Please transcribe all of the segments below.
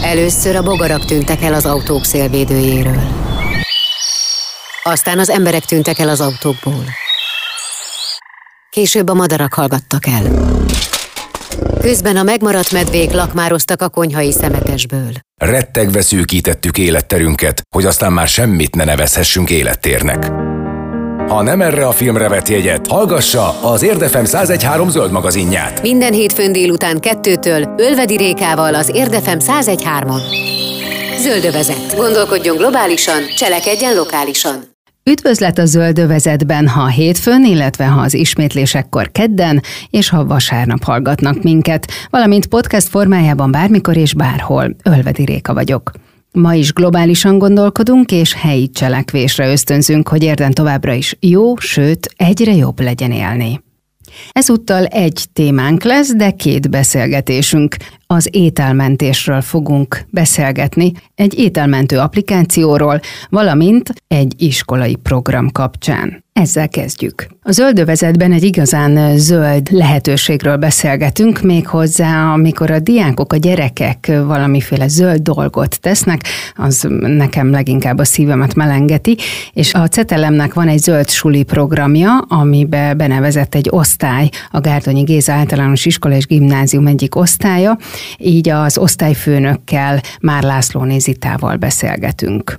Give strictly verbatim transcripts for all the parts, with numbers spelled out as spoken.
Először a bogarak tűntek el az autók szélvédőjéről. Aztán az emberek tűntek el az autókból. Később a madarak hallgattak el. Közben a megmaradt medvék lakmároztak a konyhai szemetesből. Rettegve szűkítettük életterünket, hogy aztán már semmit ne nevezhessünk élettérnek. Ha nem erre a filmre vett jegyet, hallgassa az Érd ef em száz egy pont három zöld magazinját. Minden hétfőn délután kettőtől Ölvedi Rékával az Érd ef em száz egy pont hármon. Zöldövezet. Gondolkodjon globálisan, cselekedjen lokálisan. Üdvözlet a Zöldövezetben, ha hétfőn, illetve ha az ismétlésekkor kedden, és ha vasárnap hallgatnak minket, valamint podcast formájában bármikor és bárhol. Ölvedi Réka vagyok. Ma is globálisan gondolkodunk, és helyi cselekvésre ösztönzünk, hogy Érden továbbra is jó, sőt, egyre jobb legyen élni. Ezúttal egy témánk lesz, de két beszélgetésünk. Az ételmentésről fogunk beszélgetni, egy ételmentő applikációról, valamint egy iskolai program kapcsán. Ezzel kezdjük. A Zöldövezetben egy igazán zöld lehetőségről beszélgetünk, méghozzá, amikor a diákok, a gyerekek valamiféle zöld dolgot tesznek, az nekem leginkább a szívemet melengeti, és a Cetelemnek van egy zöld suli programja, amibe benevezett egy osztály, a Gárdonyi Géza Általános Iskola és Gimnázium egyik osztálya, így az osztályfőnökkel, Már Lászlóné Zitával beszélgetünk.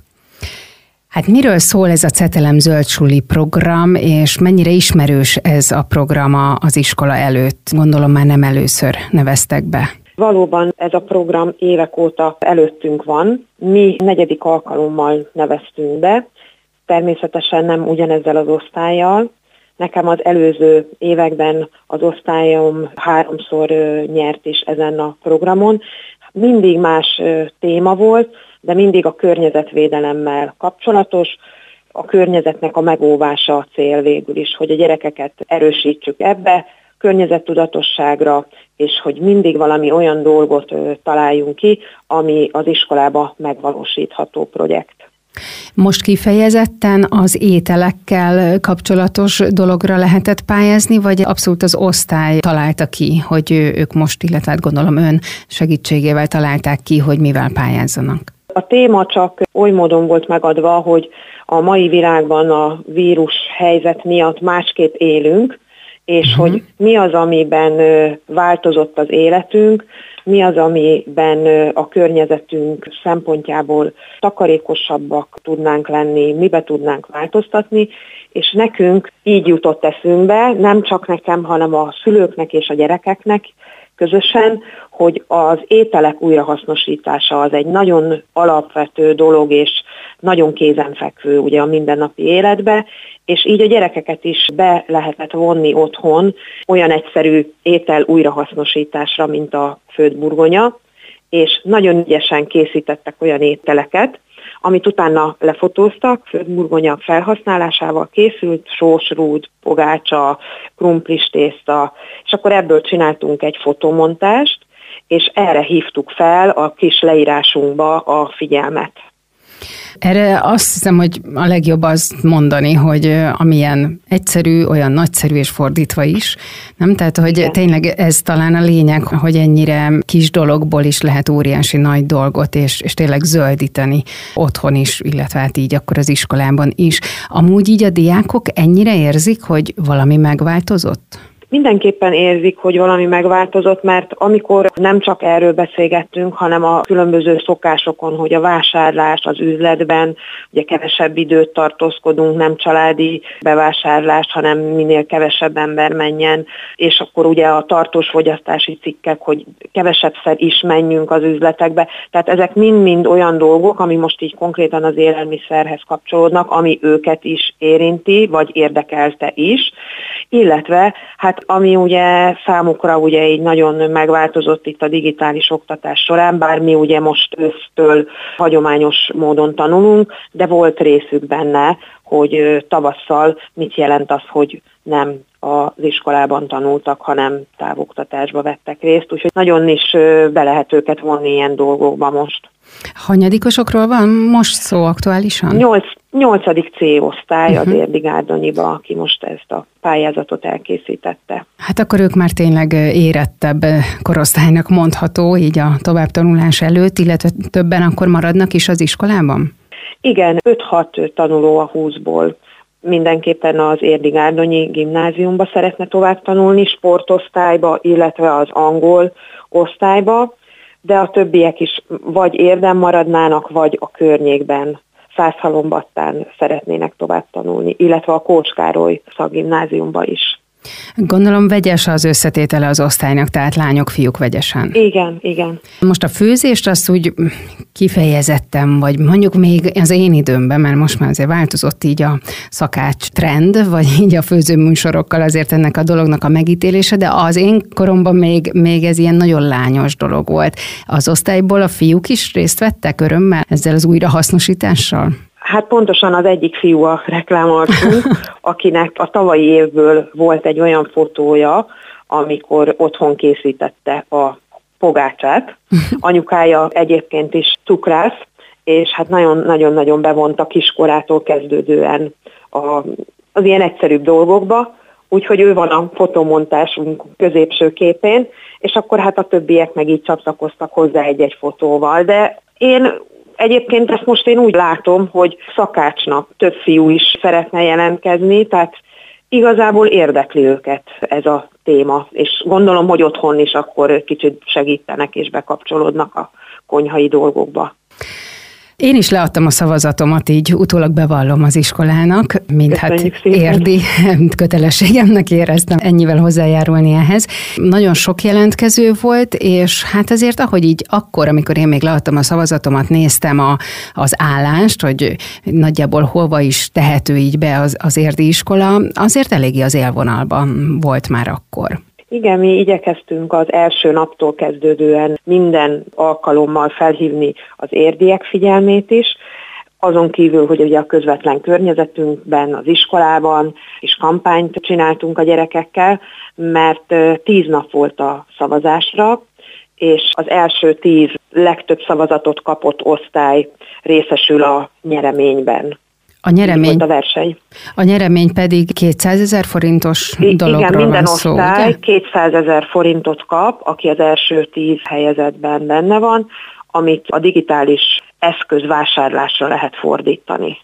Hát miről szól ez a Cetelem zöld suli program, és mennyire ismerős ez a program az iskola előtt? Gondolom már nem először neveztek be. Valóban ez a program évek óta előttünk van. Mi negyedik alkalommal neveztünk be, természetesen nem ugyanezzel az osztállyal. Nekem az előző években az osztályom háromszor nyert is ezen a programon. Mindig más téma volt, de mindig a környezetvédelemmel kapcsolatos, a környezetnek a megóvása a cél végül is, hogy a gyerekeket erősítsük ebbe, környezettudatosságra, és hogy mindig valami olyan dolgot találjunk ki, ami az iskolába megvalósítható projekt. Most kifejezetten az ételekkel kapcsolatos dologra lehetett pályázni, vagy abszolút az osztály találta ki, hogy ők most, illetve hát gondolom ön segítségével találták ki, hogy mivel pályázzanak? A téma csak oly módon volt megadva, hogy a mai világban a vírus helyzet miatt másképp élünk, és uh-huh. hogy mi az, amiben változott az életünk, mi az, amiben a környezetünk szempontjából takarékosabbak tudnánk lenni, mibe tudnánk változtatni, és nekünk így jutott eszünkbe, nem csak nekem, hanem a szülőknek és a gyerekeknek közösen, hogy az ételek újrahasznosítása az egy nagyon alapvető dolog, és nagyon kézenfekvő ugye a mindennapi életbe, és így a gyerekeket is be lehetett vonni otthon olyan egyszerű étel újrahasznosításra, mint a főtt burgonya, és nagyon ügyesen készítettek olyan ételeket, amit utána lefotóztak, főtt burgonya felhasználásával készült, sósrúd, pogácsa, krumplis tészta, és akkor ebből csináltunk egy fotomontást, és erre hívtuk fel a kis leírásunkba a figyelmet. Erre azt hiszem, hogy a legjobb azt mondani, hogy amilyen egyszerű, olyan nagyszerű és fordítva is, nem? Tehát, hogy igen. Tényleg ez talán a lényeg, hogy ennyire kis dologból is lehet óriási nagy dolgot, és, és tényleg zöldíteni otthon is, illetve hát így akkor az iskolában is. Amúgy így a diákok ennyire érzik, hogy valami megváltozott? Mindenképpen érzik, hogy valami megváltozott, mert amikor nem csak erről beszélgettünk, hanem a különböző szokásokon, hogy a vásárlás az üzletben, ugye kevesebb időt tartózkodunk, nem családi bevásárlás, hanem minél kevesebb ember menjen, és akkor ugye a tartós fogyasztási cikkek, hogy kevesebbszer is menjünk az üzletekbe. Tehát ezek mind-mind olyan dolgok, ami most így konkrétan az élelmiszerhez kapcsolódnak, ami őket is érinti, vagy érdekelte is, illetve hát ami ugye számukra ugye így nagyon megváltozott itt a digitális oktatás során, bár mi ugye most ősztől hagyományos módon tanulunk, de volt részük benne, hogy tavasszal mit jelent az, hogy nem az iskolában tanultak, hanem távoktatásba vettek részt, úgyhogy nagyon is be lehet őket vonni ilyen dolgokba most. Hanyadikosokról van most szó aktuálisan? Nyolc Nyolcadik C osztály uh-huh. az Érdi-Gárdonyiba, aki most ezt a pályázatot elkészítette. Hát akkor ők már tényleg érettebb korosztálynak mondható, így a továbbtanulás előtt, illetve többen akkor maradnak is az iskolában? Igen, öt-hat tanuló a húszból mindenképpen az Érdi-Gárdonyi gimnáziumba szeretne tovább tanulni, sportosztályba, illetve az angol osztályba, de a többiek is vagy Érden maradnának, vagy a környékben, Szászhalombattán szeretnének tovább tanulni, illetve a Kócs Károly szakgimnáziumba is. Gondolom vegyes az összetétele az osztálynak, tehát lányok, fiúk vegyesen. Igen, igen. Most a főzést azt úgy kifejezettem, vagy mondjuk még az én időmben, mert most már azért változott így a szakács trend, vagy így a főzőműsorokkal azért ennek a dolognak a megítélése, de az én koromban még, még ez ilyen nagyon lányos dolog volt. Az osztályból a fiúk is részt vettek örömmel ezzel az újrahasznosítással? Hát pontosan az egyik fiú a reklámarcunk, akinek a tavalyi évből volt egy olyan fotója, amikor otthon készítette a pogácsát. Anyukája egyébként is cukrász, és hát nagyon-nagyon bevonta kiskorától kezdődően a, az ilyen egyszerűbb dolgokba, úgyhogy ő van a fotomontásunk középső képén, és akkor hát a többiek meg így csatlakoztak hozzá egy-egy fotóval, de én egyébként ezt most én úgy látom, hogy szakácsnak több fiú is szeretne jelentkezni, tehát igazából érdekli őket ez a téma, és gondolom, hogy otthon is akkor kicsit segítenek és bekapcsolódnak a konyhai dolgokba. Én is leadtam a szavazatomat, így utólag bevallom az iskolának, mint hát érdi kötelességemnek éreztem ennyivel hozzájárulni ehhez. Nagyon sok jelentkező volt, és hát azért ahogy így akkor, amikor én még leadtam a szavazatomat, néztem a, az állást, hogy nagyjából hova is tehető így be az, az érdi iskola, azért eléggé az élvonalban volt már akkor. Igen, mi igyekeztünk az első naptól kezdődően minden alkalommal felhívni az érdiek figyelmét is, azon kívül, hogy ugye a közvetlen környezetünkben, az iskolában is kampányt csináltunk a gyerekekkel, mert tíz nap volt a szavazásra, és az első tíz legtöbb szavazatot kapott osztály részesül a nyereményben. A nyeremény, a verseny. A nyeremény pedig kétszázezer forintos dologról Igen, minden van szó, osztály ugye? kétszázezer forintot kap, aki az első tíz helyezetben benne van, amit a digitális eszköz vásárlásra lehet fordítani.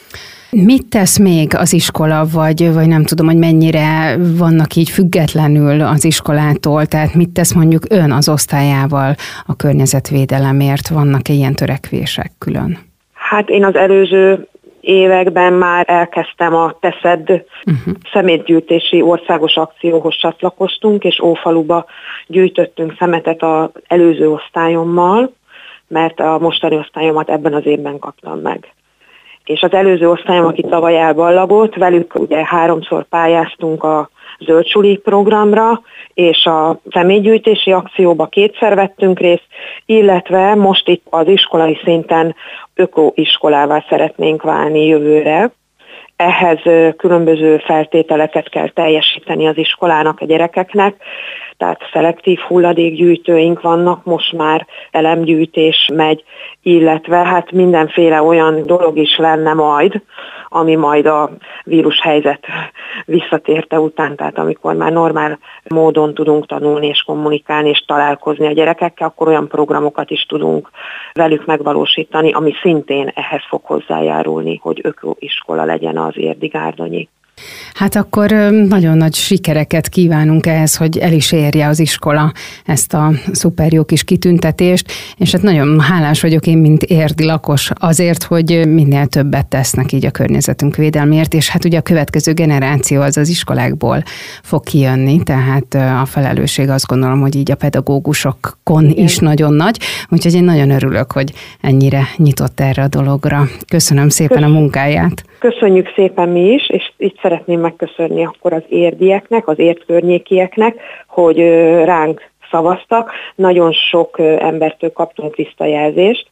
Mit tesz még az iskola, vagy, vagy nem tudom, hogy mennyire vannak így függetlenül az iskolától, tehát mit tesz mondjuk ön az osztályával a környezetvédelemért, vannak-e ilyen törekvések külön? Hát én az előző években már elkezdtem a Teszed uh-huh. szemétgyűjtési országos akcióhoz csatlakoztunk, és Ófaluba gyűjtöttünk szemetet az előző osztályommal, mert a mostani osztályomat ebben az évben kaptam meg. És az előző osztályom, aki tavaly elballagott, velük ugye háromszor pályáztunk a zöld suli programra, és a személygyűjtési akcióba kétszer vettünk részt, illetve most itt az iskolai szinten ökoiskolává szeretnénk válni jövőre. Ehhez különböző feltételeket kell teljesíteni az iskolának, a gyerekeknek, tehát szelektív hulladékgyűjtőink vannak, most már elemgyűjtés megy, illetve hát mindenféle olyan dolog is lenne majd, ami majd a vírushelyzet visszatérte után, tehát amikor már normál módon tudunk tanulni és kommunikálni és találkozni a gyerekekkel, akkor olyan programokat is tudunk velük megvalósítani, ami szintén ehhez fog hozzájárulni, hogy ökoiskola legyen az Érdi-Gárdonyi. Hát akkor nagyon nagy sikereket kívánunk ehhez, hogy el is érje az iskola ezt a szuper jó kis kitüntetést, és hát nagyon hálás vagyok én, mint érdi lakos azért, hogy minél többet tesznek így a környezetünk védelméért, és hát ugye a következő generáció az az iskolákból fog kijönni, tehát a felelősség azt gondolom, hogy így a pedagógusokon Igen. is nagyon nagy, úgyhogy én nagyon örülök, hogy ennyire nyitott erre a dologra. Köszönöm szépen Köszönöm. a munkáját. Köszönjük szépen mi is, és itt szeretném megköszönni akkor az érdieknek, az ért környékieknek, hogy ránk szavaztak. Nagyon sok embertől kaptunk visszajelzést,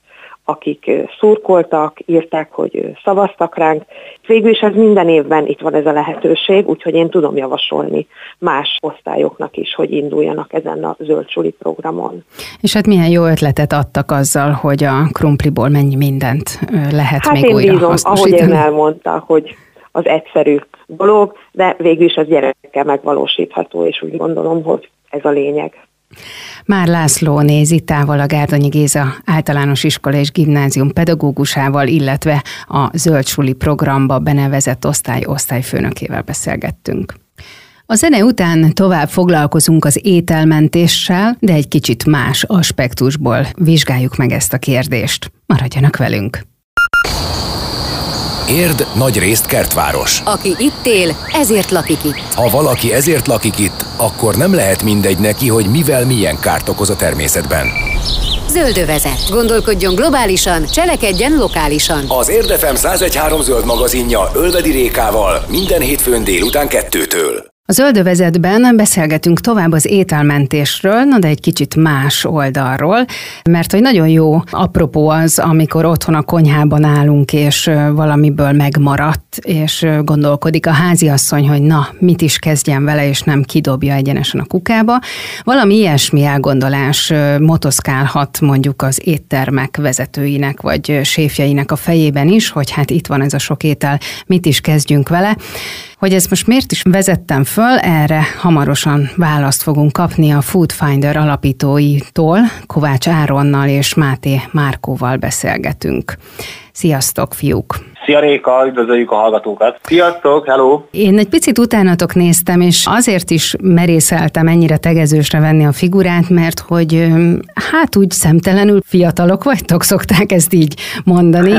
akik szurkoltak, írták, hogy szavaztak ránk. Végül is ez minden évben itt van ez a lehetőség, úgyhogy én tudom javasolni más osztályoknak is, hogy induljanak ezen a zöld suli programon. És hát milyen jó ötletet adtak azzal, hogy a krumpliból mennyi mindent lehet hát még én újra bízom, hasznosítani. ahogy ön elmondta, hogy az egyszerű dolog, de végül is az gyerekekkel megvalósítható, és úgy gondolom, hogy ez a lényeg. Már László nézi távol a Gárdonyi Géza általános iskola és gimnázium pedagógusával, illetve a zöld suli programba benevezett osztály osztályfőnökével beszélgettünk. A zene után tovább foglalkozunk az ételmentéssel, de egy kicsit más aspektusból vizsgáljuk meg ezt a kérdést. Maradjanak velünk! Érd nagyrészt kertváros. Aki itt él, ezért lakik itt. Ha valaki ezért lakik itt, akkor nem lehet mindegy neki, hogy mivel milyen kárt okoz a természetben. Zöldövezet. Gondolkodjon globálisan, cselekedjen lokálisan. Az Érd ef em száz egy három zöld magazinja Ölvedi Rékával minden hétfőn délután kettőtől. A zöldövezetben beszélgetünk tovább az ételmentésről, na de egy kicsit más oldalról, mert hogy nagyon jó apropó az, amikor otthon a konyhában állunk, és valamiből megmaradt, és gondolkodik a háziasszony, hogy na, mit is kezdjen vele, és nem kidobja egyenesen a kukába. Valami ilyesmi elgondolás motoszkálhat mondjuk az éttermek vezetőinek, vagy séfjeinek a fejében is, hogy hát itt van ez a sok étel, mit is kezdjünk vele. Hogy ezt most miért is vezettem föl, erre hamarosan választ fogunk kapni a Food Finder alapítóitól, Kovács Áronnal és Máté Márkóval beszélgetünk. Sziasztok, fiúk! Szia Réka, üdvözöljük a hallgatókat! Sziasztok, hello! Én egy picit utánatok néztem, és azért is merészeltem ennyire tegezősre venni a figurát, mert hogy hát úgy szemtelenül fiatalok vagytok, szokták ezt így mondani.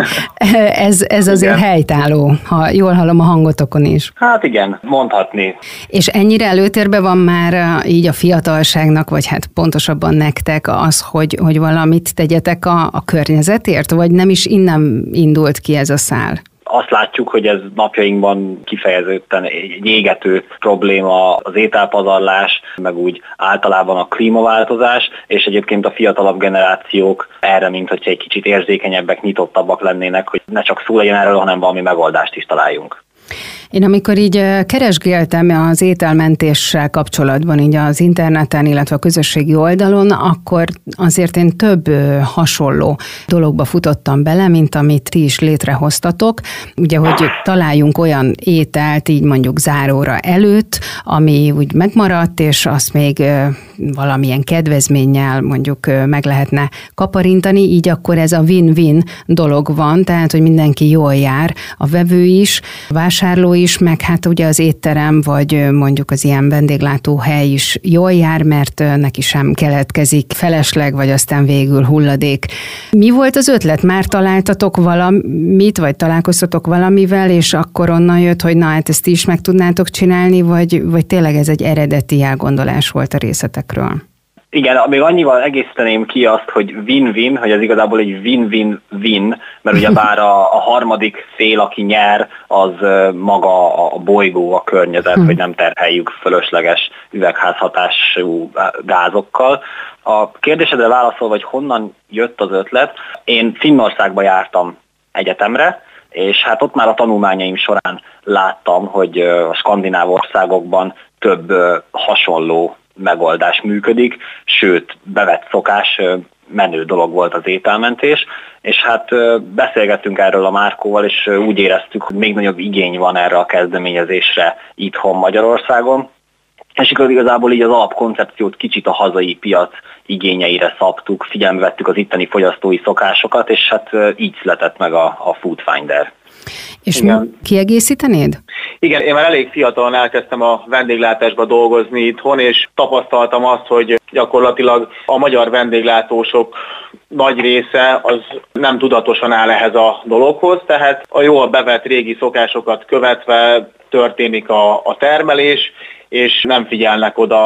Ez, ez azért igen. Helytálló, ha jól hallom a hangotokon is. Hát igen, mondhatni. És ennyire előtérbe van már így a fiatalságnak, vagy hát pontosabban nektek az, hogy, hogy valamit tegyetek a, a környezetért, vagy nem is innen indult ki ez a szál? Azt látjuk, hogy ez napjainkban kifejezetten egy égető probléma, az ételpazarlás, meg úgy általában a klímaváltozás, és egyébként a fiatalabb generációk erre, mint hogyha egy kicsit érzékenyebbek, nyitottabbak lennének, hogy ne csak szó legyen erről, hanem valami megoldást is találjunk. Én amikor így keresgéltem az ételmentéssel kapcsolatban így az interneten, illetve a közösségi oldalon, akkor azért én több hasonló dologba futottam bele, mint amit ti is létrehoztatok. Ugye, hogy találjunk olyan ételt, így mondjuk záróra előtt, ami úgy megmaradt, és azt még valamilyen kedvezménnyel mondjuk meg lehetne kaparintani, így akkor ez a win-win dolog van, tehát, hogy mindenki jól jár, a vevő is, a vásárló is, meg hát ugye az étterem, vagy mondjuk az ilyen vendéglátóhely is jól jár, mert neki sem keletkezik felesleg, vagy aztán végül hulladék. Mi volt az ötlet? Már találtatok valamit, vagy találkoztatok valamivel, és akkor onnan jött, hogy na hát ezt is meg tudnátok csinálni, vagy, vagy tényleg ez egy eredeti elgondolás volt a részletekről? Igen, még annyival egészíteném ki azt, hogy win-win, hogy ez igazából egy win-win-win, mert ugye bár a, a harmadik fél, aki nyer, az maga a bolygó, a környezet, hmm. hogy nem terheljük fölösleges üvegházhatású gázokkal. A kérdésedre válaszolva, hogy honnan jött az ötlet, én Finnországba jártam egyetemre, és hát ott már a tanulmányaim során láttam, hogy a skandináv országokban több hasonló megoldás működik, sőt, bevett szokás, menő dolog volt az ételmentés, és hát beszélgettünk erről a Márkóval, és úgy éreztük, hogy még nagyobb igény van erre a kezdeményezésre itthon Magyarországon, és igazából így az alapkoncepciót kicsit a hazai piac igényeire szabtuk, figyelembe vettük az itteni fogyasztói szokásokat, és hát így született meg a, a Food Finder. És igen. Kiegészítenéd? Igen, én már elég fiatalon elkezdtem a vendéglátásba dolgozni itthon, és tapasztaltam azt, hogy gyakorlatilag a magyar vendéglátósok nagy része az nem tudatosan áll ehhez a dologhoz, tehát a jól bevett régi szokásokat követve történik a, a termelés, és nem figyelnek oda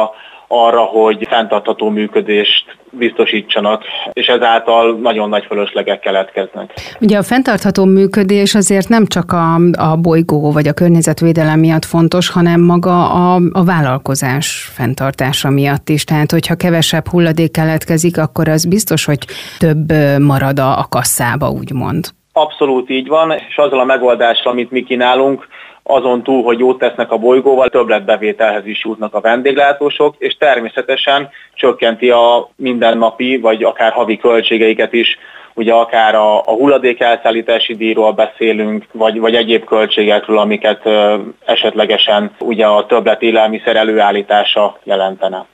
arra, hogy fenntartható működést biztosítsanak, és ezáltal nagyon nagy fölöslegek keletkeznek. Ugye a fenntartható működés azért nem csak a, a bolygó vagy a környezetvédelem miatt fontos, hanem maga a, a vállalkozás fenntartása miatt is. Tehát, hogyha kevesebb hulladék keletkezik, akkor az biztos, hogy több marad a, a kasszába, úgymond. Abszolút így van, és azzal a megoldással, amit mi kínálunk, azon túl, hogy jót tesznek a bolygóval, többletbevételhez is jutnak a vendéglátósok, és természetesen csökkenti a mindennapi, vagy akár havi költségeiket is, ugye akár a, a hulladék elszállítási díjról beszélünk, vagy, vagy egyéb költségekről, amiket ö, esetlegesen ugye a többlet élelmiszer előállítása jelentene.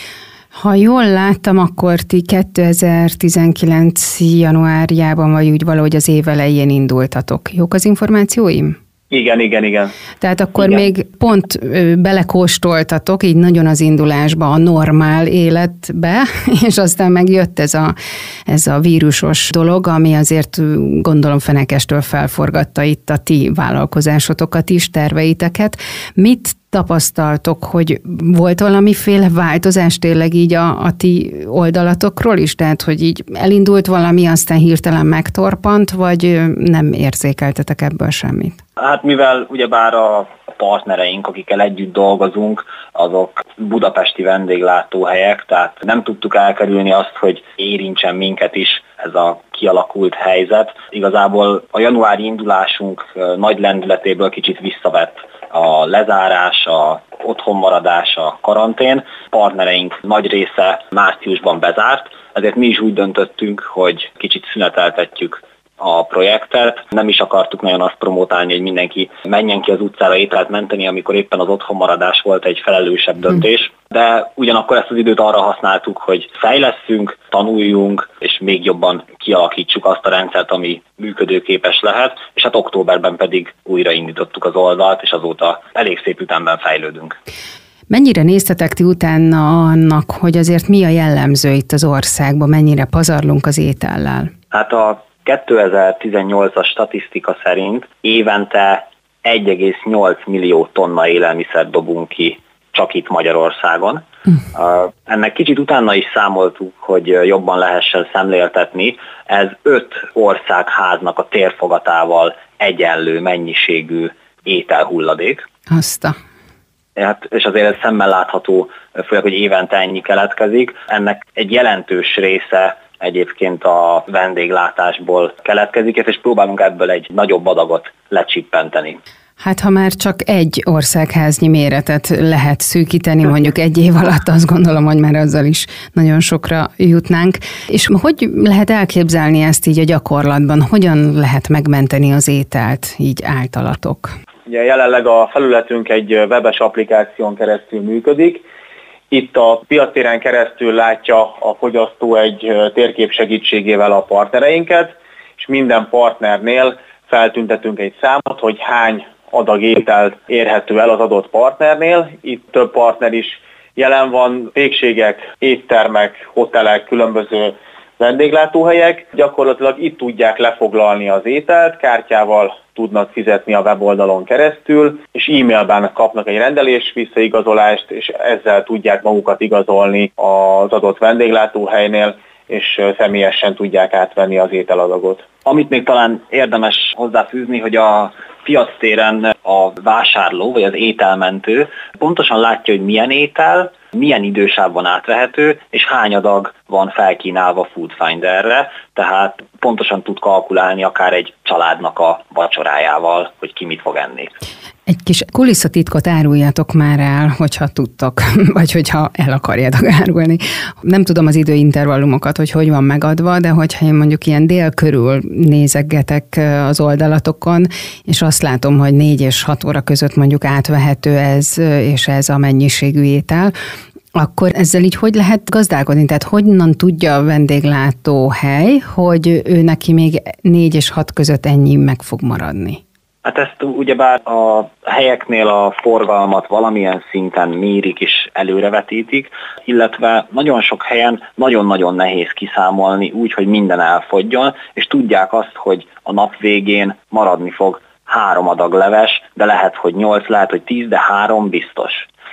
Ha jól láttam, akkor ti kétezer-tizenkilenc januárjában, vagy úgy valahogy az év elején indultatok. Jók az információim? Igen, igen, igen. Tehát akkor igen. még pont belekóstoltatok, így nagyon az indulásba, a normál életbe, és aztán megjött ez a, ez a vírusos dolog, ami azért gondolom fenekestől felforgatta itt a ti vállalkozásotokat is, terveiteket. Mit tapasztaltok, hogy volt valamiféle változás tényleg így a, a ti oldalatokról is? Tehát, hogy így elindult valami, aztán hirtelen megtorpant, vagy nem érzékeltetek ebből semmit? Hát mivel ugyebár a partnereink, akikkel együtt dolgozunk, azok budapesti vendéglátóhelyek, tehát nem tudtuk elkerülni azt, hogy érintsen minket is ez a kialakult helyzet. Igazából a januári indulásunk nagy lendületéből kicsit visszavett a lezárás, a otthonmaradás, a karantén. Partnereink nagy része márciusban bezárt, ezért mi is úgy döntöttünk, hogy kicsit szüneteltetjük a projektet. Nem is akartuk nagyon azt promotálni, hogy mindenki menjen ki az utcára ételt menteni, amikor éppen az otthonmaradás volt egy felelősebb döntés. De ugyanakkor ezt az időt arra használtuk, hogy fejlesszünk, tanuljunk, és még jobban kialakítsuk azt a rendszert, ami működőképes lehet, és hát októberben pedig újraindítottuk az oldalt, és azóta elég szép ütemben fejlődünk. Mennyire néztetek ti utána annak, hogy azért mi a jellemző itt az országban, mennyire pazarlunk az étellel? Hát a kétezer-tizennyolcas statisztika szerint évente egy egész nyolc millió tonna élelmiszer dobunk ki csak itt Magyarországon. Uh, ennek kicsit utána is számoltuk, hogy jobban lehessen szemléltetni. Ez öt országháznak a térfogatával egyenlő mennyiségű ételhulladék. Azt a... Hát, és azért ez szemmel látható, főleg, hogy évente ennyi keletkezik. Ennek egy jelentős része egyébként a vendéglátásból keletkezik, és próbálunk ebből egy nagyobb adagot lecsippenteni. Hát ha már csak egy országháznyi méretet lehet szűkíteni mondjuk egy év alatt, azt gondolom, hogy már azzal is nagyon sokra jutnánk. És hogy lehet elképzelni ezt így a gyakorlatban? Hogyan lehet megmenteni az ételt így általatok? Ugye jelenleg a felületünk egy webes applikáción keresztül működik. Itt a piactéren keresztül látja a fogyasztó egy térkép segítségével a partnereinket, és minden partnernél feltüntetünk egy számot, hogy hány adag étel érhető el az adott partnernél. Itt több partner is jelen van, végségek, éttermek, hotelek, különböző vendéglátóhelyek. Gyakorlatilag itt tudják lefoglalni az ételt, kártyával tudnak fizetni a weboldalon keresztül, és e-mailben kapnak egy rendelés visszaigazolást, és ezzel tudják magukat igazolni az adott vendéglátóhelynél, és személyesen tudják átvenni az ételadagot. Amit még talán érdemes hozzáfűzni, hogy a piactéren a vásárló, vagy az ételmentő pontosan látja, hogy milyen étel, milyen idősávban átvehető, és hány adag van felkínálva Foodfinderre, tehát pontosan tud kalkulálni akár egy családnak a vacsorájával, hogy ki mit fog enni. Egy kis kulisszatitkot áruljatok már el, hogyha tudtok, vagy hogyha el akarjátok árulni. Nem tudom az időintervallumokat, hogy hogy van megadva, de hogyha én mondjuk ilyen dél körül nézegetek az oldalatokon, és azt látom, hogy négy és hat óra között mondjuk átvehető ez, és ez a mennyiségű étel, akkor ezzel így hogy lehet gazdálkodni? Tehát honnan tudja a vendéglátóhely, hogy ő neki még négy és hat között ennyi meg fog maradni? Hát ezt ugyebár a helyeknél a forgalmat valamilyen szinten mérik és előrevetítik, illetve nagyon sok helyen nagyon-nagyon nehéz kiszámolni úgy, hogy minden elfogjon, és tudják azt, hogy a nap végén maradni fog három adag leves, de lehet, hogy nyolc, lehet, hogy tíz, de három biztos.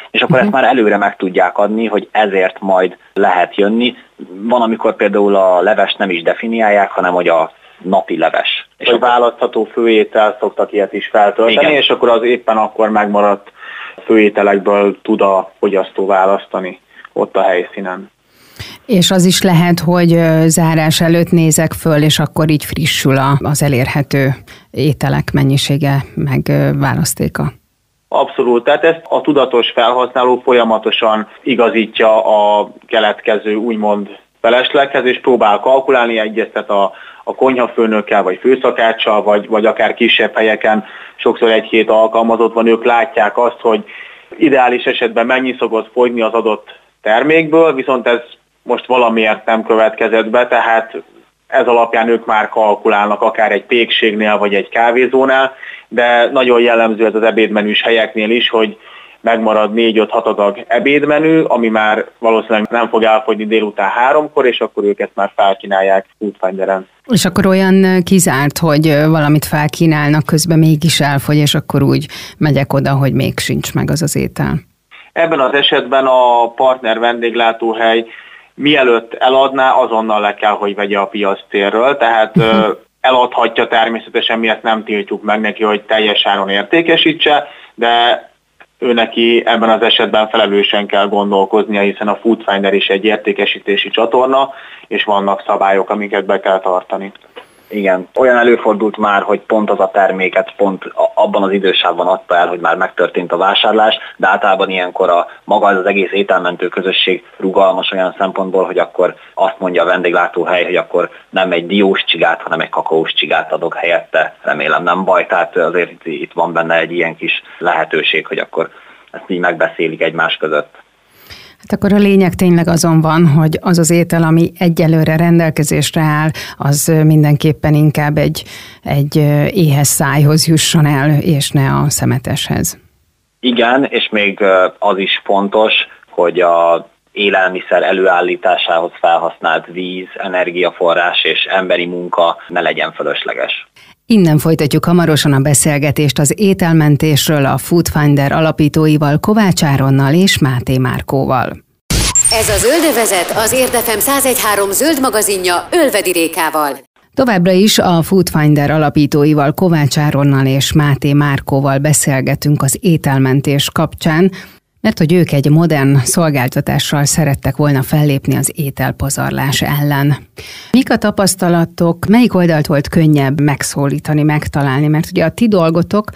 és akkor uh-huh. ezt már előre meg tudják adni, hogy ezért majd lehet jönni. Van, amikor például a levest nem is definiálják, hanem hogy a napi leves. És a választható főétel szoktak ilyet is feltölteni, igen. És akkor az éppen akkor megmaradt főételekből tud a fogyasztó választani ott a helyszínen. És az is lehet, hogy zárás előtt nézek föl, és akkor így frissül az elérhető ételek mennyisége, meg választéka. Abszolút, tehát ezt a tudatos felhasználó folyamatosan igazítja a keletkező úgymond felesleghez, és próbál kalkulálni, egyeztet a, a konyhafőnökkel, vagy főszakáccsal, vagy, vagy akár kisebb helyeken, sokszor egy-két alkalmazott van, ők látják azt, hogy ideális esetben mennyi szokott fogyni az adott termékből, viszont ez most valamiért nem következett be, tehát ez alapján ők már kalkulálnak akár egy pékségnél, vagy egy kávézónál, de nagyon jellemző ez az ebédmenüs helyeknél is, hogy megmarad négy-öt-hat adag ebédmenü, ami már valószínűleg nem fog elfogyni délután háromkor, és akkor őket már felkínálják Foodfinderen. És akkor olyan kizárt, hogy valamit felkínálnak, közben mégis elfogy, és akkor úgy megyek oda, hogy még sincs meg az az étel. Ebben az esetben a partner vendéglátóhely mielőtt eladná, azonnal le kell, hogy vegye a piactérről, tehát uh-huh. eladhatja természetesen, mi ezt nem tiltjuk meg neki, hogy teljes áron értékesítse, de ő neki ebben az esetben felelősen kell gondolkoznia, hiszen a Foodfinder is egy értékesítési csatorna, és vannak szabályok, amiket be kell tartani. Igen, olyan előfordult már, hogy pont az a terméket pont abban az idősávban adta el, hogy már megtörtént a vásárlás, de általában ilyenkor a maga ez az egész ételmentő közösség rugalmas olyan szempontból, hogy akkor azt mondja a vendéglátóhely, hogy akkor nem egy diós csigát, hanem egy kakaós csigát adok helyette, remélem nem baj, tehát azért itt van benne egy ilyen kis lehetőség, hogy akkor ezt így megbeszélik egymás között. Hát akkor a lényeg tényleg azon van, hogy az az étel, ami egyelőre rendelkezésre áll, az mindenképpen inkább egy, egy éhes szájhoz jusson el, és ne a szemeteshez. Igen, és még az is fontos, hogy a élelmiszer előállításához felhasznált víz, energiaforrás és emberi munka ne legyen fölösleges. Innen folytatjuk hamarosan a beszélgetést az ételmentésről a Foodfinder alapítóival, Kovács Áronnal és Máté Márkóval. Ez a Zöldövezet, az Érdefem száz egy pont három zöld magazinja Ölvedi Rékával. Továbbra is a Foodfinder alapítóival, Kovács Áronnal és Máté Márkóval beszélgetünk az ételmentés kapcsán, mert hogy ők egy modern szolgáltatással szerettek volna fellépni az ételpazarlás ellen. Mik a tapasztalatok, melyik oldalt volt könnyebb megszólítani, megtalálni? Mert ugye a ti dolgotok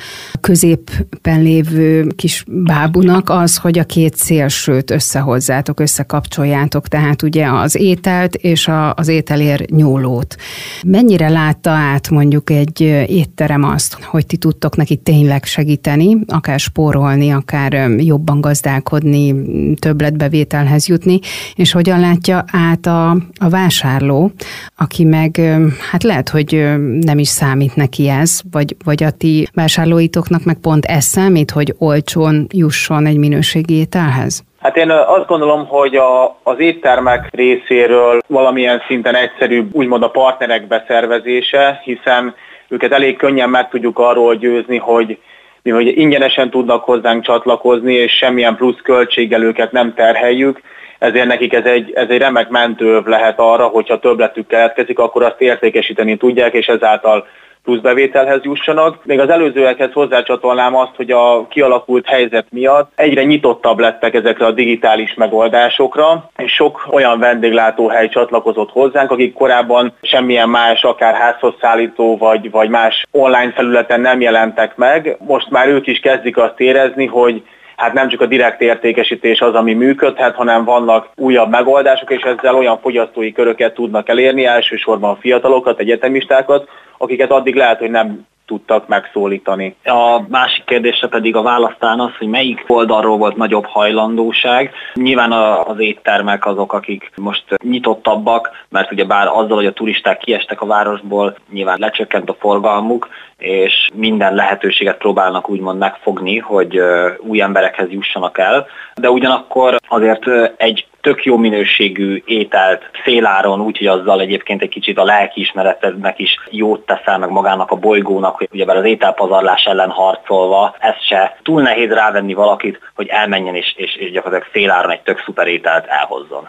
középen lévő kis bábunak az, hogy a két szélsőt összehozzátok, összekapcsoljátok, tehát ugye az ételt és a, az ételér nyúlót. Mennyire látta át mondjuk egy étterem azt, hogy ti tudtok neki tényleg segíteni, akár spórolni, akár jobban gazdálkodni, többletbevételhez jutni, és hogyan látja át a, a vásárló, aki meg hát lehet, hogy nem is számít neki ez, vagy, vagy a ti vásárlóitoknak meg pont ez számít, hogy olcsón jusson egy minőségi ételhez? Hát én azt gondolom, hogy a, az éttermek részéről valamilyen szinten egyszerűbb úgymond a partnerek beszervezése, hiszen őket elég könnyen meg tudjuk arról győzni, hogy mi hogy ingyenesen tudnak hozzánk csatlakozni, és semmilyen plusz költséggel őket nem terheljük, ezért nekik ez egy, ez egy remek mentőöv lehet arra, hogyha többletük keletkezik, akkor azt értékesíteni tudják, és ezáltal plusz bevételhez jussanak. Még az előzőekhez hozzácsatolnám azt, hogy a kialakult helyzet miatt egyre nyitottabb lettek ezekre a digitális megoldásokra, és sok olyan vendéglátóhely csatlakozott hozzánk, akik korábban semmilyen más, akár házhoz szállító, vagy, vagy más online felületen nem jelentek meg. Most már ők is kezdik azt érezni, hogy hát nem csak a direkt értékesítés az, ami működhet, hanem vannak újabb megoldások, és ezzel olyan fogyasztói köröket tudnak elérni, elsősorban fiatalokat, egyetemistákat, akiket addig lehet, hogy nem tudtak megszólítani. A másik kérdése pedig a választán az, hogy melyik oldalról volt nagyobb hajlandóság. Nyilván az éttermek azok, akik most nyitottabbak, mert ugye bár azzal, hogy a turisták kiestek a városból, nyilván lecsökkent a forgalmuk, és minden lehetőséget próbálnak úgymond megfogni, hogy új emberekhez jussanak el, de ugyanakkor azért egy tök jó minőségű ételt féláron, úgyhogy azzal egyébként egy kicsit a lelkiismeretednek is jót teszel, meg magának a bolygónak, hogy ugyebár az ételpazarlás ellen harcolva, ez se túl nehéz rávenni valakit, hogy elmenjen és, és, és gyakorlatilag féláron egy tök szuper ételt elhozzon.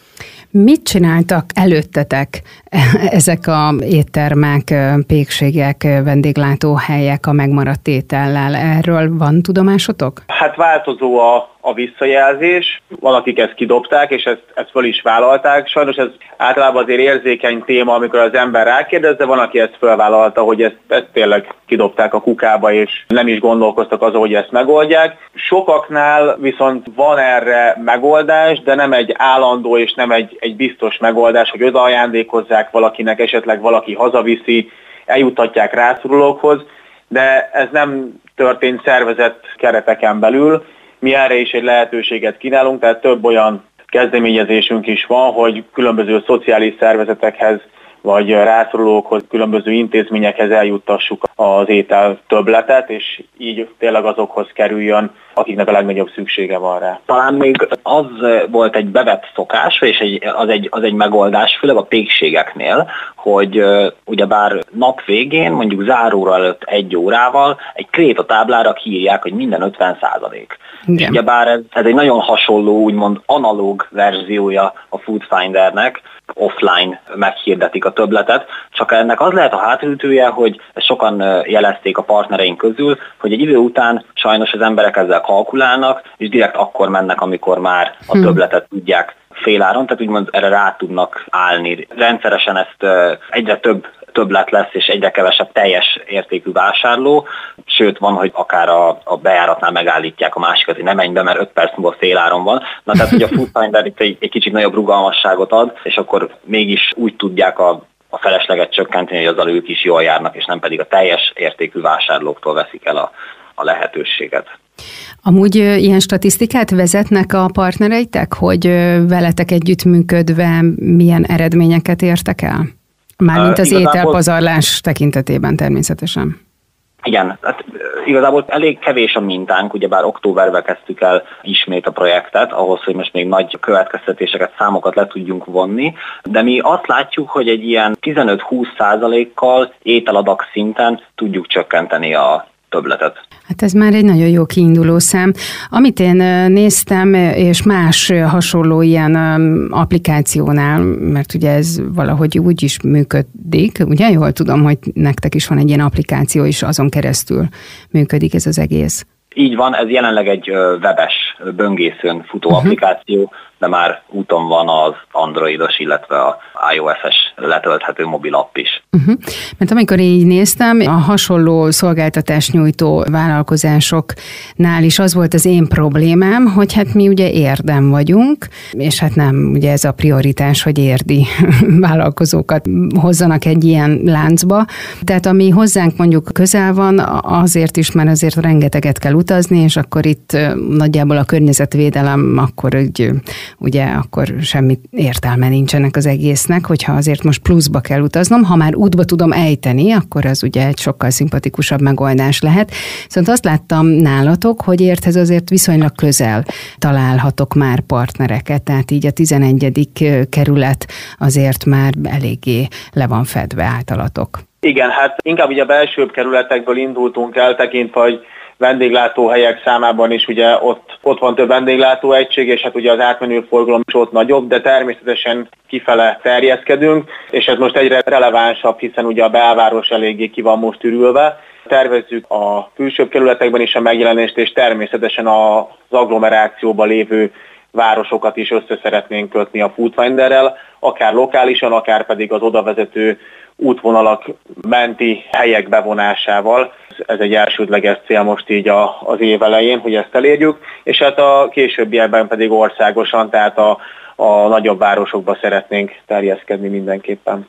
Mit csináltak előttetek ezek a éttermek, pékségek, vendéglátóhelyek a megmaradt étellel? Erről van tudomásotok? Hát változó a, a visszajelzés. Valakik ezt kidobták, és ezt, ezt föl is vállalták. Sajnos ez általában azért érzékeny téma, amikor az ember rákérdez, de van, aki ezt felvállalta, hogy ezt, ezt tényleg kidobták a kukába, és nem is gondolkoztak azon, hogy ezt megoldják. Sokaknál viszont van erre megoldás, de nem egy állandó és nem egy, egy biztos megoldás, hogy oda ajándékozzák valakinek, esetleg valaki hazaviszi, eljuttatják rászorulókhoz, de ez nem történt szervezett kereteken belül. Mi erre is egy lehetőséget kínálunk, tehát több olyan kezdeményezésünk is van, hogy különböző szociális szervezetekhez vagy rászorulókhoz, különböző intézményekhez eljuttassuk az étel többletet, és így tényleg azokhoz kerüljön, akiknek a legnagyobb szüksége van rá. Talán még az volt egy bevett szokás, és egy, az, egy, az egy megoldás, főleg a pékségeknél, hogy uh, ugyebár nap végén, mondjuk záróra előtt egy órával egy krétatáblára kiírják, hogy minden ötven százalék. És ugyebár ez, ez egy nagyon hasonló, úgymond analóg verziója a Foodfindernek, offline meghirdetik a többletet, csak ennek az lehet a hátulütője, hogy sokan jelezték a partnereink közül, hogy egy idő után sajnos az emberek ezzel kalkulálnak, és direkt akkor mennek, amikor már a többletet tudják féláron, tehát úgymond erre rá tudnak állni. Rendszeresen ezt egyre több többlet lesz, és egyre kevesebb teljes értékű vásárló, sőt van, hogy akár a, a bejáratnál megállítják a másikat, hogy ne menj be, mert öt perc múlva féláron van. Na tehát, hogy a Foodfinder itt egy, egy kicsit nagyobb rugalmasságot ad, és akkor mégis úgy tudják a, a felesleget csökkenteni, hogy azzal ők is jól járnak, és nem pedig a teljes értékű vásárlóktól veszik el a, a lehetőséget. Amúgy ilyen statisztikát vezetnek a partnereitek, hogy veletek együttműködve milyen eredményeket értek el? Mármint az uh, ételpazarlás tekintetében természetesen. Igen, hát igazából elég kevés a mintánk, ugyebár októberben kezdtük el ismét a projektet, ahhoz, hogy most még nagy következtetéseket, számokat le tudjunk vonni, de mi azt látjuk, hogy egy ilyen tizenöt-húsz százalékkal ételadag szinten tudjuk csökkenteni a többletet. Hát ez már egy nagyon jó kiinduló szám. Amit én néztem, és más hasonló ilyen applikációnál, mert ugye ez valahogy úgy is működik, ugye jól tudom, hogy nektek is van egy ilyen applikáció, és azon keresztül működik ez az egész. Így van, ez jelenleg egy webes, böngészőn futó uh-huh. applikáció, de már úton van az androidos, illetve a iOS-es letölthető mobil app is. Uh-huh. Mert amikor így néztem, a hasonló szolgáltatást nyújtó vállalkozásoknál is az volt az én problémám, hogy hát mi ugye érdem vagyunk, és hát nem ugye ez a prioritás, hogy érdi vállalkozókat hozzanak egy ilyen láncba. Tehát ami hozzánk mondjuk közel van, azért is, mert azért rengeteget kell utazni, és akkor itt nagyjából a környezetvédelem akkor úgy ugye akkor semmi értelme nincsenek az egésznek, hogyha azért most pluszba kell utaznom, ha már útba tudom ejteni, akkor az ugye egy sokkal szimpatikusabb megoldás lehet. Szóval azt láttam nálatok, hogy érthez azért viszonylag közel találhatok már partnereket, tehát így a tizenegyedik kerület azért már eléggé le van fedve általatok. Igen, hát inkább ugye a belsőbb kerületekből indultunk el, tekintve, hogy vendéglátóhelyek számában is ugye ott, ott van több vendéglátóegység, és hát ugye az átmenő forgalom is ott nagyobb, de természetesen kifele terjeszkedünk, és ez most egyre relevánsabb, hiszen ugye a belváros eléggé ki van most ürülve. Tervezzük a külsőbb kerületekben is a megjelenést, és természetesen az agglomerációban lévő városokat is össze szeretnénk kötni a Foodfinderrel, akár lokálisan, akár pedig az odavezető útvonalak menti helyek bevonásával. Ez egy elsődleges cél most így a, az év elején, hogy ezt elérjük, és hát a későbbiekben pedig országosan, tehát a, a nagyobb városokba szeretnénk terjeszkedni mindenképpen.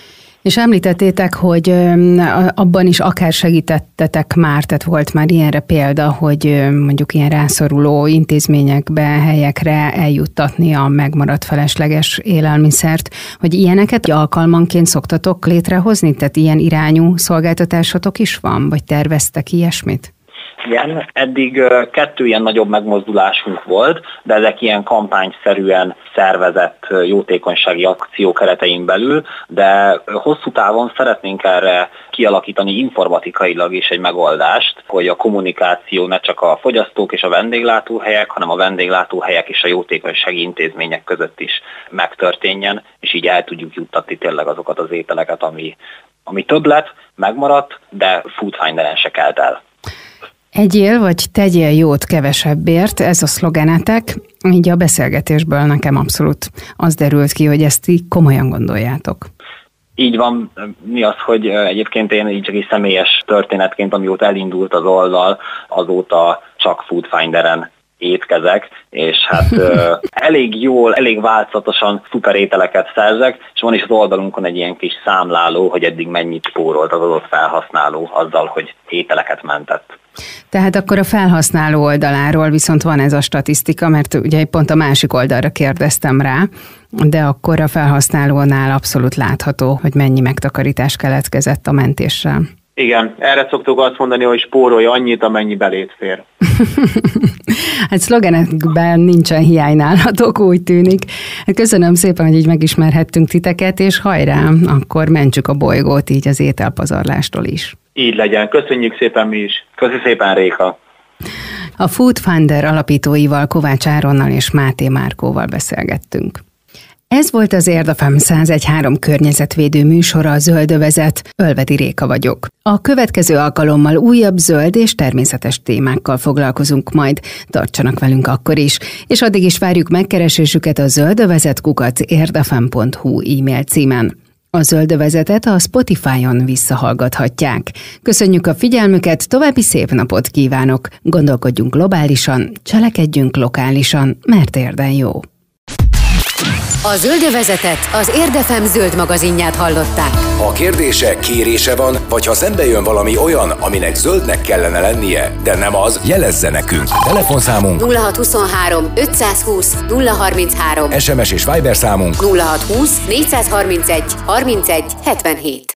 És említettétek, hogy abban is akár segítettetek már, tehát volt már ilyenre példa, hogy mondjuk ilyen rászoruló intézményekbe, helyekre eljuttatni a megmaradt felesleges élelmiszert, hogy ilyeneket alkalmanként szoktatok létrehozni? Tehát ilyen irányú szolgáltatásotok is van, vagy terveztek ilyesmit? Igen, eddig kettő ilyen nagyobb megmozdulásunk volt, de ezek ilyen kampányszerűen szervezett jótékonysági akció keretein belül, de hosszú távon szeretnénk erre kialakítani informatikailag is egy megoldást, hogy a kommunikáció ne csak a fogyasztók és a vendéglátóhelyek, hanem a vendéglátóhelyek és a jótékonysági intézmények között is megtörténjen, és így el tudjuk juttatni tényleg azokat az ételeket, ami, ami többlet, megmaradt, de Foodfinderen se kelt el. Egyél vagy tegyél jót kevesebbért, ez a szlogenetek, így a beszélgetésből nekem abszolút az derült ki, hogy ezt így komolyan gondoljátok. Így van, mi az, hogy egyébként én így csak egy személyes történetként, amióta elindult az oldal, azóta csak Foodfinderen étkezek, és hát ö, elég jól, elég változatosan szuper ételeket szerzek, és van is az oldalunkon egy ilyen kis számláló, hogy eddig mennyit spórolt az adott felhasználó azzal, hogy ételeket mentett. Tehát akkor a felhasználó oldaláról viszont van ez a statisztika, mert ugye pont a másik oldalra kérdeztem rá, de akkor a felhasználónál abszolút látható, hogy mennyi megtakarítás keletkezett a mentéssel. Igen, erre szoktuk azt mondani, hogy spórolj annyit, amennyi belét fér. Hát szlogenekben nincsen hiány nálatok, úgy tűnik. Köszönöm szépen, hogy így megismerhettünk titeket, és hajrá, akkor mentsük a bolygót így az ételpazarlástól is. Így legyen. Köszönjük szépen mi is. Köszi szépen, Réka. A Foodfinder alapítóival, Kovács Áronnal és Máté Márkóval beszélgettünk. Ez volt az Érdefem száz egy pont három környezetvédő műsora, a Zöldövezet. Ölvedi Réka vagyok. A következő alkalommal újabb zöld és természetes témákkal foglalkozunk majd. Tartsanak velünk akkor is, és addig is várjuk megkeresésüket a zöldövezet kukac érdefem pont hu e-mail címen. A Zöldövezetet a Spotify-on visszahallgathatják. Köszönjük a figyelmüket, további szép napot kívánok! Gondolkodjunk globálisan, cselekedjünk lokálisan, mert érden jó! A Zöldövezetet az Érdefem zöld magazinját hallották. Ha kérdése, kérése van, vagy ha szembe jön valami olyan, aminek zöldnek kellene lennie, de nem az, jelezze nekünk. Telefonszámunk nulla hat huszonhárom ötszázhúsz nulla harminchárom, es em es és Viber számunk nulla hat húsz négyszázharmincegy harmincegy hetvenhét.